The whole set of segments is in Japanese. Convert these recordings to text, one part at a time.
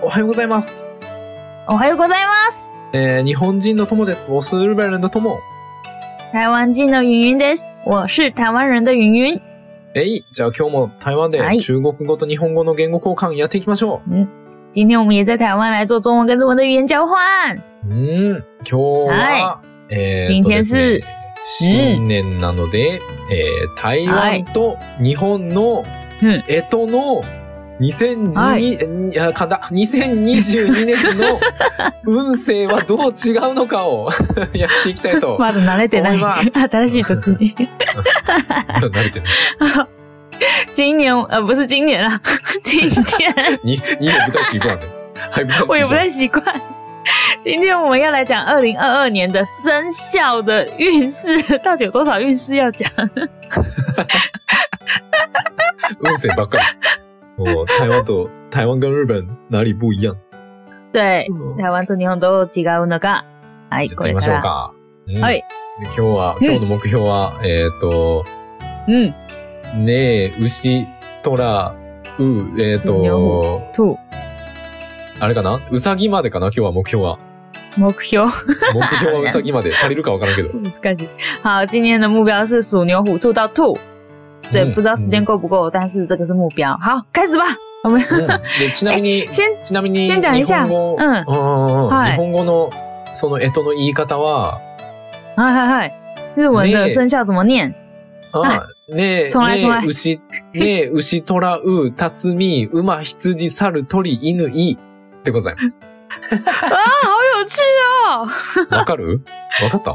おはようございます。 おはようございます。 日本人の友です。我是日本人的友。 台湾人の云云です。我是台湾人的云云。 じゃあ今日も台湾で中国語と日本語の言語交換やっていきましょう。 今天我们也在台湾来做中文跟日文的语言交換。 今日は、 今天是新年なので、台湾と日本の干支の2022年の運勢はどう違うのかをやっていきたいと思います。 まだ慣れてない。新しい年に。 まだ慣れてない。 今年不是今年啦，今天你也不太习惯的，还不太习惯。 我也不太习惯。今天我们要来讲2022年的生肖的运势，到底有多少运势要讲？ 運勢ばっかり。台湾跟日本哪里不一样？ 对、台湾と日本どう違うのか。はい、 これから。やってみましょうか。 はい。 今日の目標は、ねえ、牛、虎、あれかな？うさぎまでかな？今日は目標は。 目標はうさぎまで。足りるかわからんけど。 難しい。好，今年的目标是鼠、牛、虎、兔到兔。对，不知道时间够不够，但是这个是目標。好，開始吧。我们ちなみに先講一下。 日本語のその干支の言い方は、 はい。日文的生肖怎么念？ ねえ、牛、虎、う、たつみ、馬、羊、猿、鳥、犬、いでございます。 好有趣哦。 わかる？わかった？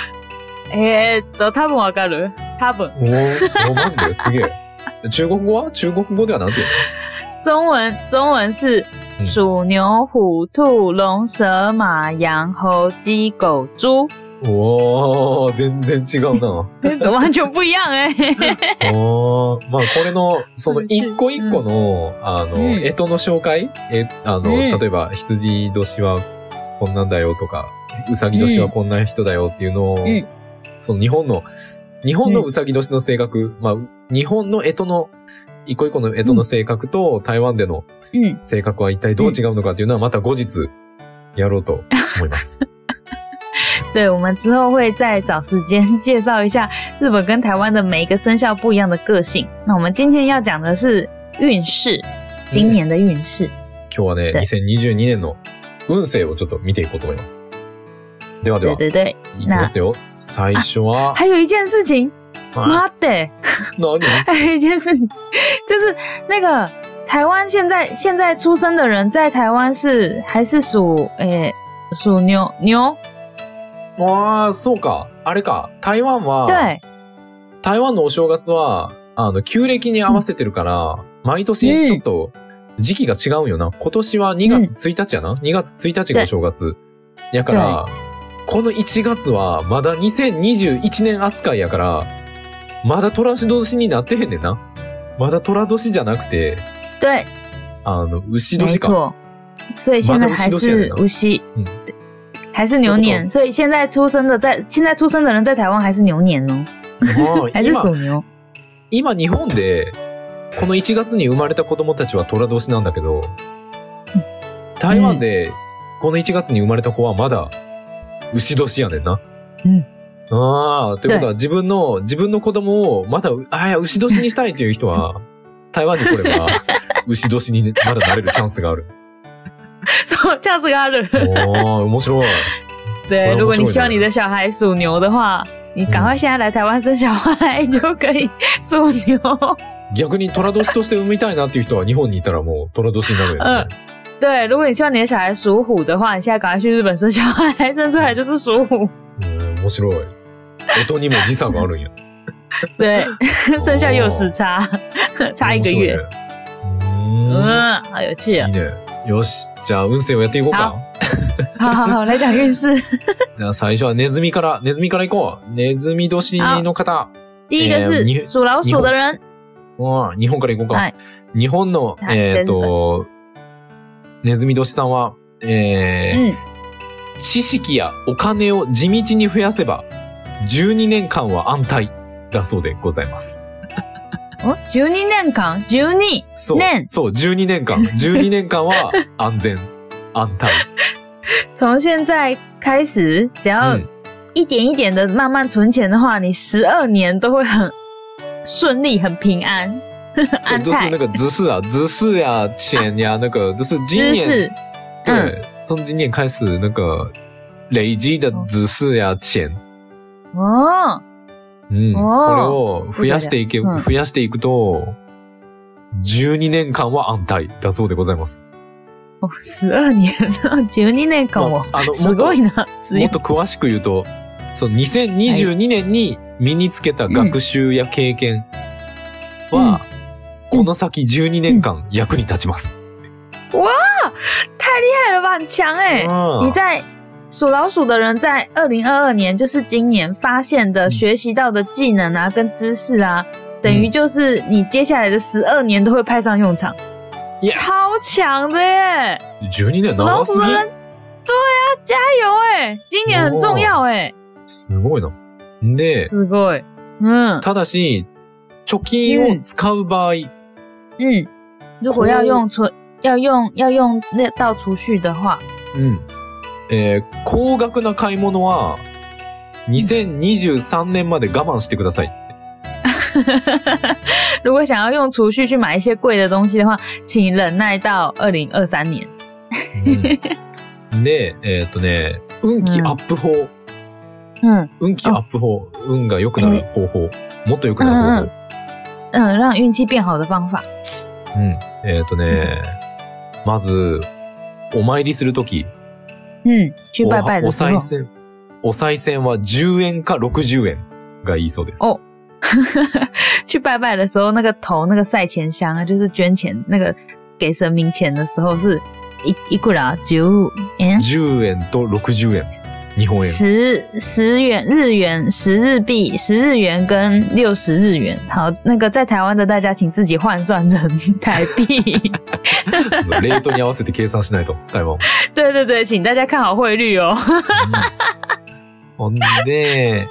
多分わかる。多分。 マジですげえ。中国語ではなんて言うの？中文是鼠、牛、虎、兔、龍、蛇、馬、羊、猴、雞、狗、豬。 全然違うな。 完全不一样まあこれのその一個一個の干支の紹介、例えば羊年はこんなんだよとか、うさぎ年はこんな人だよっていうのを、その日本のうさぎ年の性格、まあ日本の干支の一個一個の干支の性格と台湾での性格は一体どう違うのかっていうのはまた後日やろうと思います。 对，我们之后会再找时间介绍一下日本跟台湾的每一个生肖不一样的个性。那我们今天要讲的是运势，今年的运勢。 今日はね、2022年の運勢をちょっと見ていこうと思います。では、いきますよ。最初は。 还有一件事情，妈的！ 何？ 还有一件事情，就是那个台湾现在出生的人在台湾还是属牛。 そうか。あれか。台湾のお正月は、旧暦に合わせてるから、毎年ちょっと時期が違うんよな。今年は2月1日やな。2月1日がお正月。やから、この1月はまだ2021年扱いやから、まだ寅年になってへんねんな。まだ寅年じゃなくて、 对。 牛年か。 没错。所以现在还是牛。还是牛年，所以现在出生的人在台湾还是牛年哦。还是属牛。 今日本でこの1月に生まれた子供たちは寅年なんだけど、台湾でこの1月に生まれた子はまだ牛年やねんな。ってことは自分の子供をまだ牛年にしたいという人は台湾に来れば牛年にまだなれるチャンスがある。 そう、チャンスがある。 面白い。 对，如果你希望你的小孩属牛的话，你赶快现在来台湾生小孩就可以属牛。 逆に寅年として産みたいなっていう人は日本にいたらもう寅年になるよね。 对，如果你希望你的小孩属虎的话，你现在赶快去日本生小孩，生出来就是属虎。 面白い。音にも時差があるんや。 对，生肖也有时差，差1个月。好有趣啊。 いいね。よし、じゃあ運勢をやっていこうか。 好，来讲运勢。 じゃあ最初はネズミからいこう。ネズミ年の方。 第一个是属老鼠的人。 日本からいこうか。日本の、ネズミ年さんは、知識やお金を地道に増やせば、12年間は安泰だそうでございます。 12年間 ?12 そう年そう、12年間。12年間は安全、安泰。 从现在开始，只要一点一点的慢慢存钱的话，你12年都会很顺利、很平安、安泰。 就是那个知识呀、钱呀，那个就是今年， 知识， 对，从今年开始那个累积的知识呀、钱。 哦。 これを増やしていくと、12年間は安泰だそうでございます。 12年12年間も、すごいな。 もっと詳しく言うと、その2022年に身につけた学習や経験は、この先12年間役に立ちます。 哇，太厉害了吧，很强欸！你在属老鼠的人在2022年，就是今年发现的、学习到的技能啊，跟知识啊，等于就是你接下来的12年都会派上用场，超强的耶 ！12年属老鼠的人，对啊，加油哎！今年很重要哎。 すごいな。で、 すごい。 ただし貯金を使う場合， 如果要用到储蓄的话， 高額な買い物は2023年まで我慢してください。 如果想要用储蓄去买一些贵的东西的话，请忍耐到2023年。 で、運気アップ法。運気アップ法。運が良くなる方法。もっと良くなる方法。 让运气变好的方法。 まず、お参りするとき。 去拜拜的时候。 お賽銭は10円か60円がいいそうです。 去拜拜的时候，那个投那个赛钱箱啊，就是捐钱那个给神明钱的时候是いくら10円 ？10円と60円。日本円。 10元日元10日币10日元跟60日元。好，那个在台湾的大家请自己换算成台币。 レートに合わせて計算しないと、台湾。 对对对，請大家看好匯率哦。 ほんで、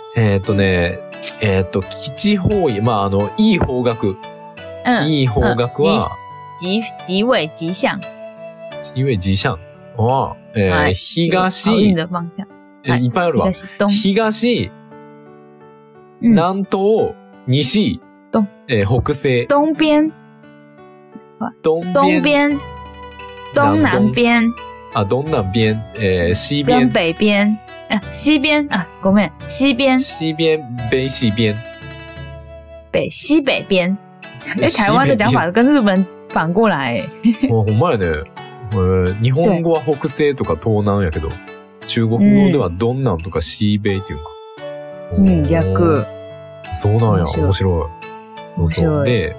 吉方位、いい方角。いい方角は、 吉位吉祥。 吉位吉祥は、東、 運的方向。 いっぱいあるわ。東、南東、西、北西。 東邊、東南邊、 東南邊、西邊。 跟北邊。西邊ごめん。西邊。 西邊、北西邊。 西北邊。台湾的講法跟日本反過來。 ほんまやね。日本語は北西とか東南やけど、中国語では東南とか西北っていうか。 逆。 そうなんや。面白い。そうそう。で、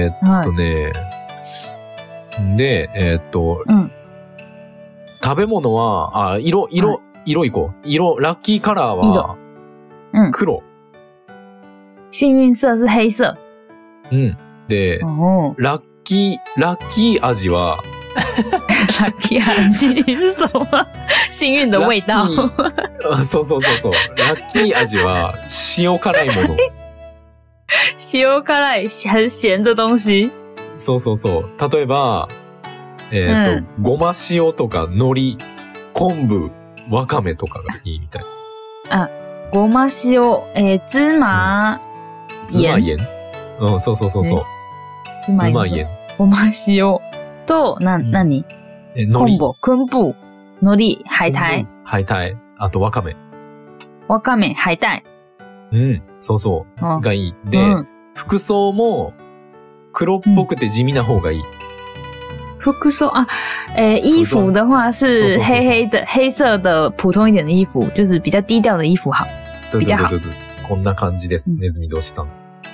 食べ物は、色いこう。ラッキーカラーは、黒。 幸運色是黑色。 で、ラッキー味は、 ラッキー味是什么？幸運的味道。 そう。ラッキー味は塩辛いもの。 塩辛い、很咸的東西。 そう。例えば、ごま塩とか海苔、昆布、わかめとかがいいみたい。 ごま塩、芝麻鹽。そう。芝麻鹽。 ごま塩と、何？昆布、海苔、海苔。 あとわかめ。 海帶。 そう。がいい。で、服装も黒っぽくて地味な方がいい。 服装衣服的话是黑色的普通一点的衣服，就是比较低调的衣服好，比较好。 こんな感じです。ネズミ同士さん。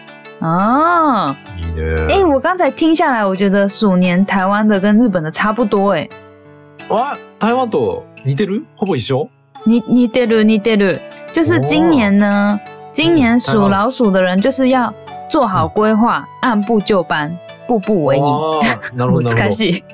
いいね。我刚才听下来，我觉得鼠年台湾的跟日本的差不多台湾と似てる？ほぼ一緒？ 似てる。就是今年呢，属老鼠的人就是要做好规划，按部就班。步步为营。 なるほど。 難しい。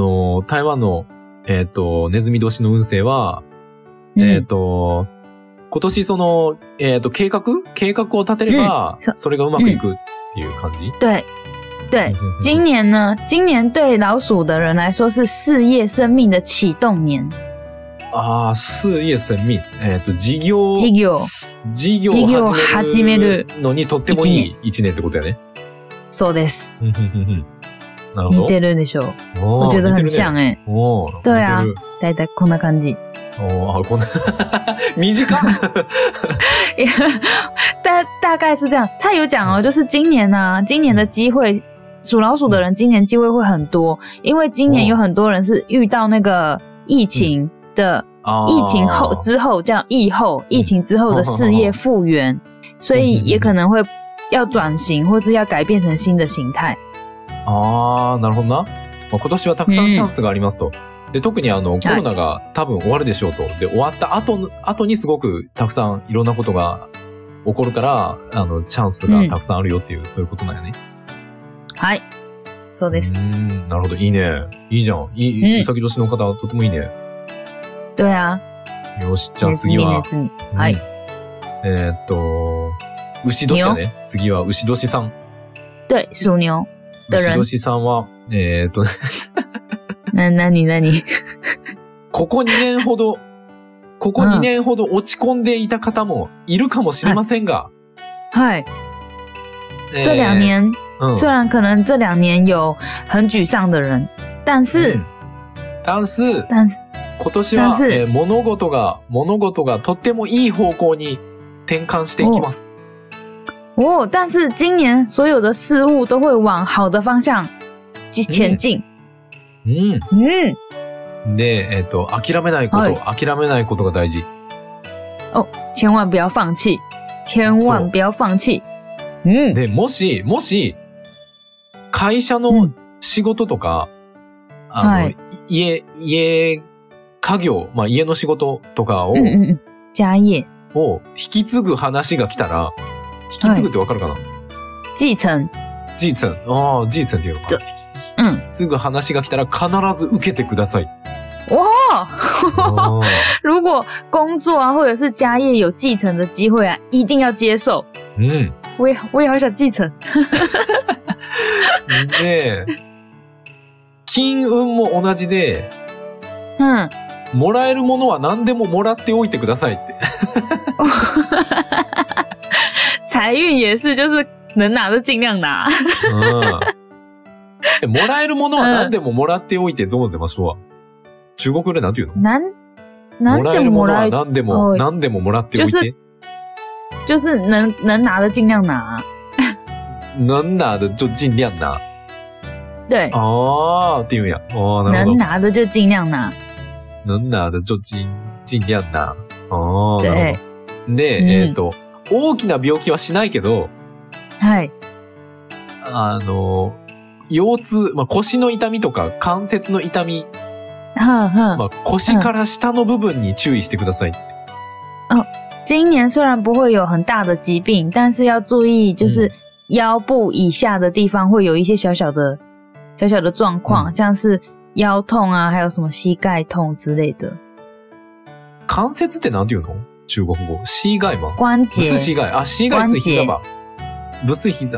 台湾の、ネズミ年の運勢は、 今年その、計画を立てれば、それがうまくいくっていう感じ？ 对。对，今年呢，今年对老鼠的人来说是事业生命的启动年。 事業生命。事業を始めるのにとってもいい一年ってことやね。 そうです。 なるほど。 似てるでしょ？我觉得很像欸。对啊，大体こんな感じ。 こんな短いや大概是这样。他有讲就是今年的机会，属老鼠的人今年机会会很多，因为今年有很多人是遇到那个疫情的，疫情之后叫疫后，疫情之后的事业复原，所以也可能会要转型或是要改变成新的形態。 なるほどな。今年はたくさんチャンスがありますと。で、特にコロナが多分終わるでしょうと。で、終わった後にすごくたくさんいろんなことが起こるから、チャンスがたくさんあるよっていう、そういうことなんやね。はい。 そうです。 なるほど。いいね。いいじゃん。うさぎ年の方、とてもいいね。 对啊。 よし、じゃあ次は。 はい。 牛年だね。次は牛年さん。 对、属牛的人。 牛年さんは、 何ここ2年ほど落ち込んでいた方もいるかもしれませんが。 はい。这2年、虽然可能这2年有很沮丧的人，但是今年は、物事がとってもいい方向に転換していきます。 但是今年所有的事物都会往好的方向前进。 で、諦めないことが大事。 千万不要放棄。千万不要放棄。 で、もし、会社の仕事とか、家業、家の仕事とかを、 家業を引き継ぐ話が来たら、引き継ぐってわかるかな？ 继承っていうのか。引き継ぐ話が来たら必ず受けてください。 如果工作或者是家业有继承的机会一定要接受。我也好想继承。 で、金運も同じで、もらえるものは何でももらっておいてくださいって。 財運也是，就是能拿就尽量拿。 もらえるものは何でももらっておいてどうぜましょう。中国語でなんて言うの？もらえるものは何でももらっておいて。 就是能拿的尽量拿。 能拿的就尽量拿。 对。 っていうんや。なるほど。 能拿的就尽量拿。 能拿的就尽量拿。なるほど。で、大きな病気はしないけど、 はい。 腰痛、腰の痛みとか関節の痛み、腰から下の部分に注意してください。 今年虽然不会有很大的疾病，但是要注意，就是腰部以下的地方会有一些小小的状况，像是腰痛啊，还有什么膝盖痛之类的。 関節ってなんて言うの？中国語。膝蓋吗？ 关节。 不是膝盖。膝蓋是膝吧？不是膝。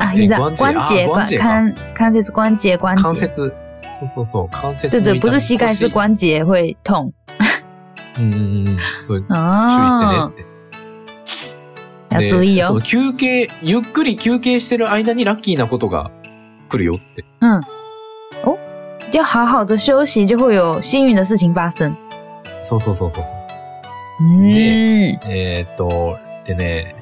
関節关節。 関節。そう。関節の痛み。 对，不是膝盖，是关节会痛。 そう。注意してねって。 要注意よ。 ゆっくり休憩してる間にラッキーなことが来るよって。 要好好的休息，就会有幸运的事情发生。 そう。でね、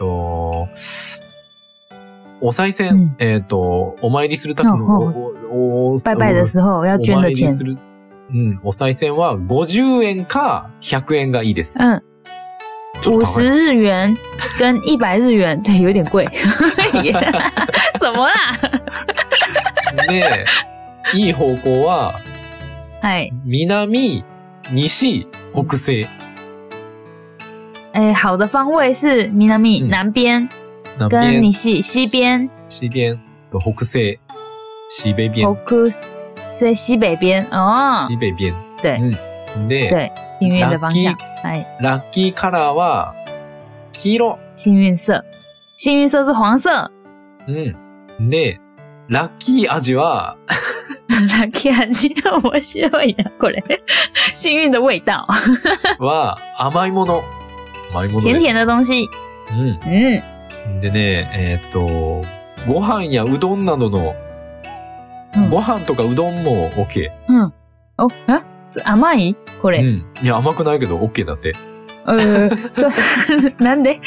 お賽銭、お参りするための、 拜拜的时候要捐的钱。 お賽銭は50円か100円がいいです。 50日元跟100日元，对，有点贵。什么啦？ で、いい方向は、南、西、北西。 好的方位是南南边，跟西边と北西、西北边。 西北边西北边。 对。 で、 幸運的方向。 ラッキーカラーは黄色。 幸运色。幸运色是黄色。 で、ラッキー味はラッキー味面白いな、これ。幸運的味道。 は、甘いもの。甘いものです。 甜甜的東西。 でね、ご飯やうどんなどの、ご飯とかうどんも OK。 甘いこれ。 いや、甘くないけど OK だって。 なんで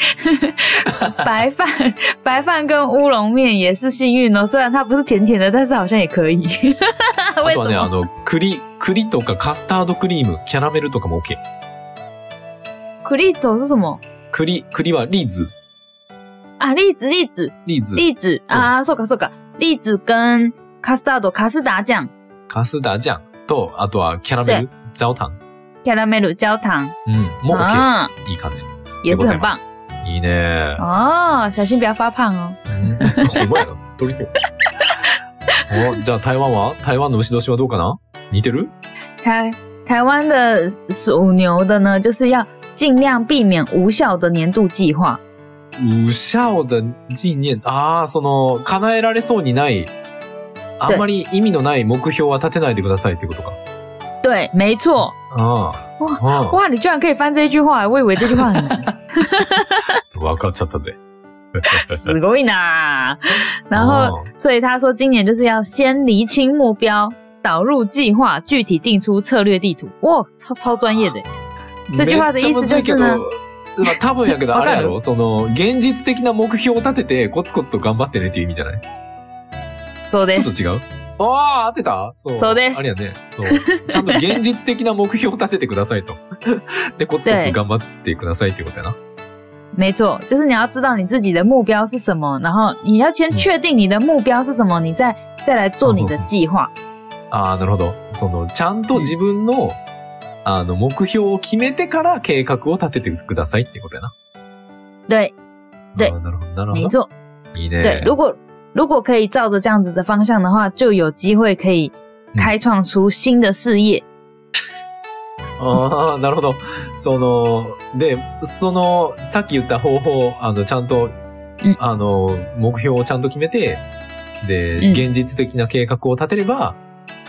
白饭跟乌龙面也是幸运哦，虽然它不是甜甜的，但是好像也可以。 あとはね、栗とかカスタードクリーム、キャラメルとかも OK。 栗と是什么？ 栗は栗子。 啊，栗子啊，そうかそうか。栗子跟カスター酱と、あとはキャラメル、焦糖。 キャラメル焦糖。 もう OK。いい感じ。 也是很棒。 いいね。 小心不要发胖哦。 ほんまやな。取りそう。じゃあ台湾の牛年はどうかな？似てる？ 台湾的属牛的呢，就是要尽量避免无效的年度计划。 無效的纪念。その、叶えられそうにない、あんまり意味のない目標は立てないでくださいってことか。 对，没错。哇，你居然可以翻这句话，我以为这句话很难。 わかっちゃったぜ。 すごいな。然后，所以他说今年就是要先厘清目标，导入计划，具体定出策略地图。哇，超专业的。这句话的意思就是呢。 多分やけど、あれやろ、その、現実的な目標を立てて、コツコツと頑張ってねっていう意味じゃない？ そうです。 ちょっと違う？合ってた？ そうです。 あれやね。そう。ちゃんと現実的な目標を立ててくださいと。で、コツコツ頑張ってくださいっていうことやな。 没错，就是你要知道你自己的目標是什麼，然後你要先確定你的目標是什麼，你再來做你的計劃。 なるほど。その、ちゃんと自分の、目標を決めてから計画を立ててくださいってことやな。 对。 なるほど。 没错。 いいね。 对，如果可以照着这样子的方向的话，就有機會可以開創出新的事業。 なるほど。さっき言った方法、ちゃんと、目標をちゃんと決めて、で、現実的な計画を立てれば、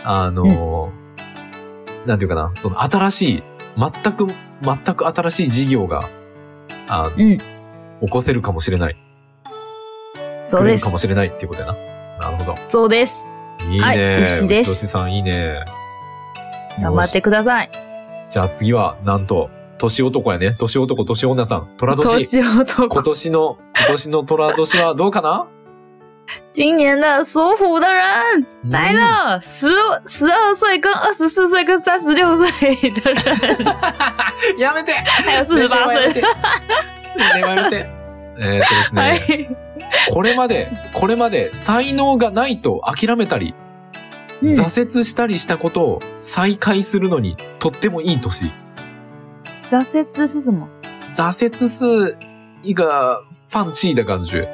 なんていうかな、その新しい、全く新しい事業が、起こせるかもしれない。作れるかもしれないっていうことやな。なるほど。 そうです。 いいね。牛年さんいいね。 頑張ってください。 じゃあ次は、なんと、年男やね。年男、年女さん。虎年。 年男。 今年の虎年はどうかな？ 今年的属虎的人来了，12岁跟24岁跟36岁的人。 やめて。 还有48岁。 やめて。ですね。これまで才能がないと諦めたり、挫折したりしたことを再開するのにとってもいい年。 挫折是什么？ 挫折是一个放弃的感觉。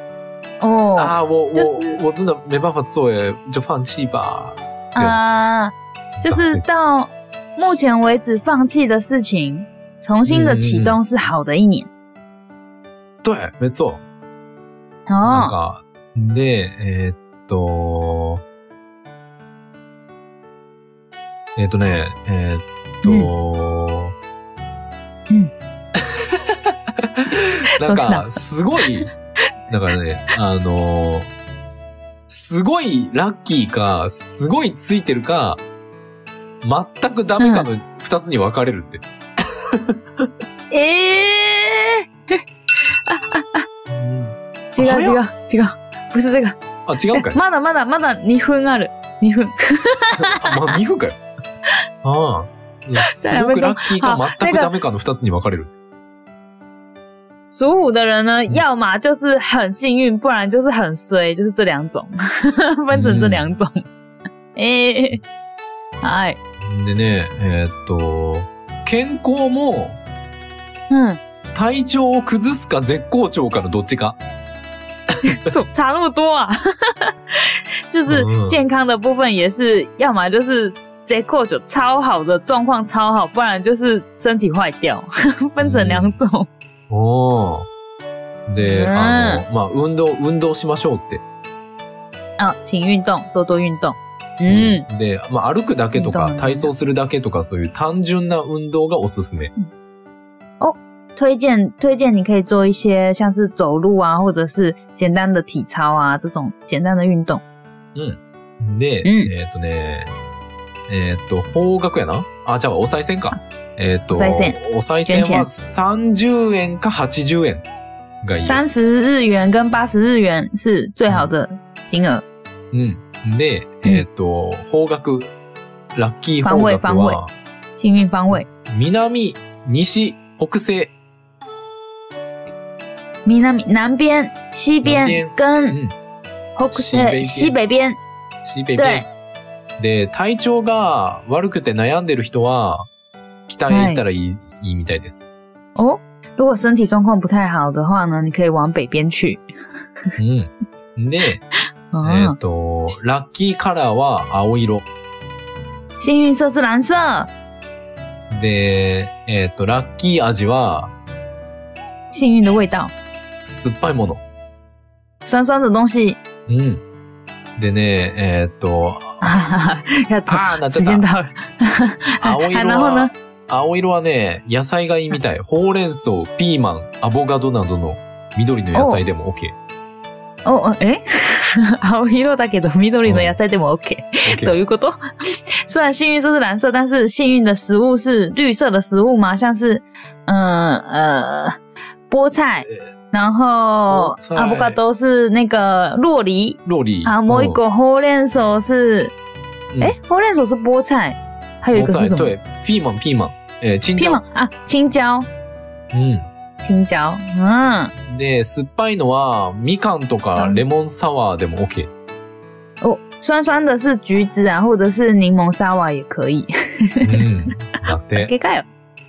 我真的没办法做耶，就放弃吧。 就是到目前为止放弃的事情，重新的启动是好的一年。 对，没错。なんか、で、なんか、すごい、だからね、すごいラッキーか、すごいついてるか、全くダメかの二つに分かれるって。 違う。不是这个。 違うんかい。 まだ2分ある。2分。 2分かよ。すごくラッキーか全くダメかの二つに分かれる。 属虎的人呢，要么就是很幸运，不然就是很衰，就是这两种，分成这两种。はい。 でね、健康も、体調を崩すか絶好調かのどっちか。 差那么多啊！就是健康的部分也是，要么就是絶好調超好的状况超好，不然就是身体坏掉，分成两种。 で、まあ、運動しましょうって。 あ、请运動、多多運動。うん。 で、まあ、歩くだけとか、体操するだけとか、そういう単純な運動がおすすめ。 哦，推荐你可以做一些像是走路啊，或者是简单的体操啊，这种简单的运动。 うん。で、方角やな。あ、じゃあ、お賽銭か。お賽銭は30円か80円がいい。 30日元跟80日元是最好的金額。 うん。で、方角、ラッキー方角は、 幸運方位。 南、西、北西。 南边、西边跟西北边。 西北边。で、体調が悪くて悩んでる人は、北へ行ったらいいみたいです。 哦，如果身体状况不太好的话呢，你可以往北边去。 うん。で、ラッキーカラーは青色。 幸運色是蓝色。 で、ラッキー味は、 幸運的味道。 酸っぱいもの。 酸酸的東西。 うん。でね、 時間到了。 青色はね、野菜がいいみたい。ほうれん草、ピーマン、アボカドなどの緑の野菜でも OK。 青色だけど緑の野菜でも OK。どういうこと？虽然幸运色是蓝色，但是幸运的食物是绿色的食物吗？像是菠菜，然后アボカド是那个洛梨，啊，もう一個ほうれん草是，ほうれん草是菠菜，还有一个是什么？ 对，ピーマン，青椒。 ピーマン啊，青椒。青椒。 で、酸っぱいのはみかんとかレモンサワーでも OK。 哦，酸酸的是橘子啊，或者是柠檬沙瓦也可以。 だって。 可以看よ。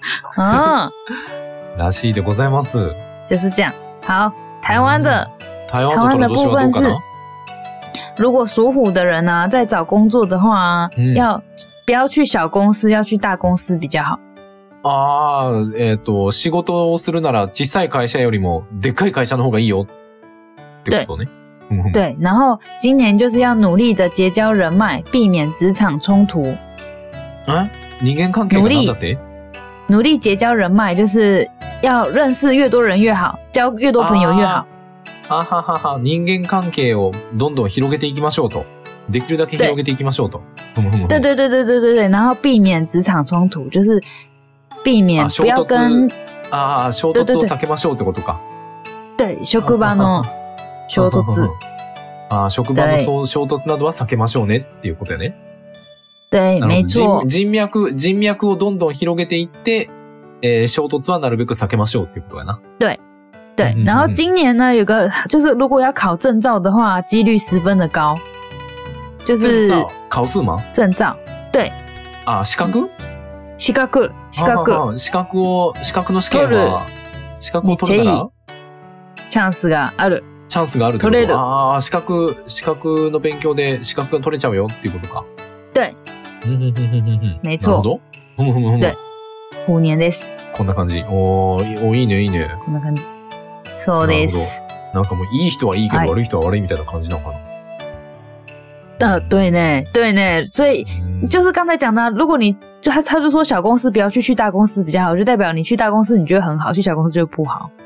らしいでございます。 就是这样。好，台湾的部分是，如果属虎的人啊，在找工作的话，不要去小公司，要去大公司比较好。 ああ、仕事をするなら小さい会社よりもでっかい会社の方がいいよってことね。 对，然后今年就是要努力的结交人脉，避免职场衝突。 啊？人間関係がなんだって？ 努力結交人脈，就是要認識越多人越好，交越多朋友越好。 ははは、人間関係をどんどん広げていきましょうと。できるだけ広げていきましょうと。 对，然後避免職場衝突，就是避免不要跟衝突を避けましょうってことか。 对，職場の衝突。 職場の衝突などは避けましょうねっていうことやね。 对，没错。 人脈をどんどん広げていって、衝突はなるべく避けましょうっていうことやな。 对，然后今年呢，有个就是如果要考证照的话，几率十分的高。就是证照考试吗？ 证照，对。 資格？資格の試験は資格を取るならチャンスがある。 取れる。資格の勉強で資格が取れちゃうよっていうことか。 对。没错。 なるほど。 对。虎年です。 こんな感じ。いいね。 こんな感じ。そうです。 なんかもういい人はいいけど悪い人は悪いみたいな感じなのかな。 对呢，所以就是刚才讲的，如果你他就说小公司不要去大公司比较好，就代表你去大公司你觉得很好，去小公司就不好。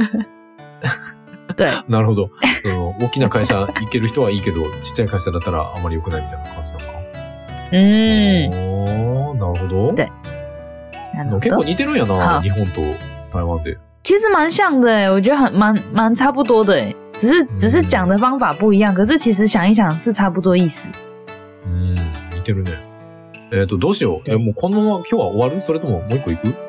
对。 なるほど。大きな会社行ける人はいいけど、ちっちゃい会社だったらあまり良くないみたいな感じなのか。なるほど。 对。 結構似てるんやな、日本と台湾で。 其实蛮像的我觉得蛮差不多的只是讲的方法不一样，可是其实想一想是差不多意思。 似てるね。どうしよう。もうこのまま今日は終わる？それとももう一個行く？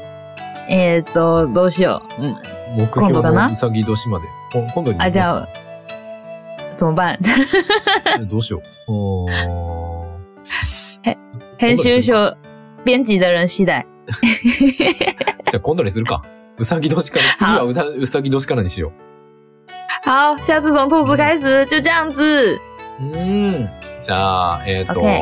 どうしよう。 目標のうさぎ年まで。今度に行きますか？ じゃあ、怎么办？ どうしよう。 編集所編輯的人次第。 じゃあ今度にするか。うさぎ年から、次はうさぎ年からにしよう。 好，下次从兔子开始，就这样子。 じゃあ、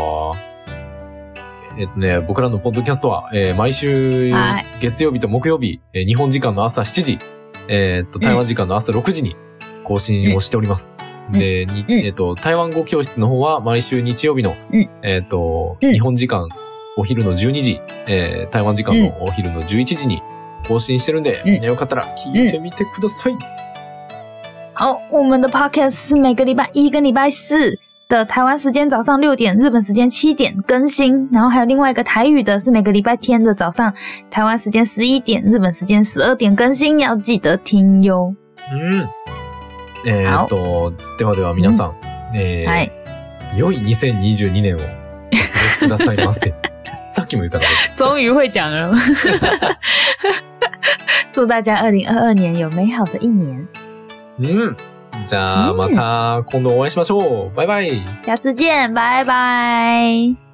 僕らのポッドキャストは、毎週月曜日と木曜日、日本時間の朝7時台湾時間の朝6時に更新をしております。で、台湾語教室の方は毎週日曜日の、日本時間お昼の12時、台湾時間のお昼の11時に更新してるんで、みんなよかったら聞いてみてください。 好，我们的 podcast 是每个礼拜一跟礼拜四的台湾时间早上6点，日本时间7点更新，然后还有另外一个台语的是每个礼拜天的早上台湾时间11点，日本时间12点更新，要记得听哟。 ではでは皆さん、 はい。 良い2022年をお過ごしくださいませ。さっきも言ったから。 终于会讲了。祝大家2022年有美好的一年。 じゃあまた今度お会いしましょう。バイバイ。 下次见，拜拜。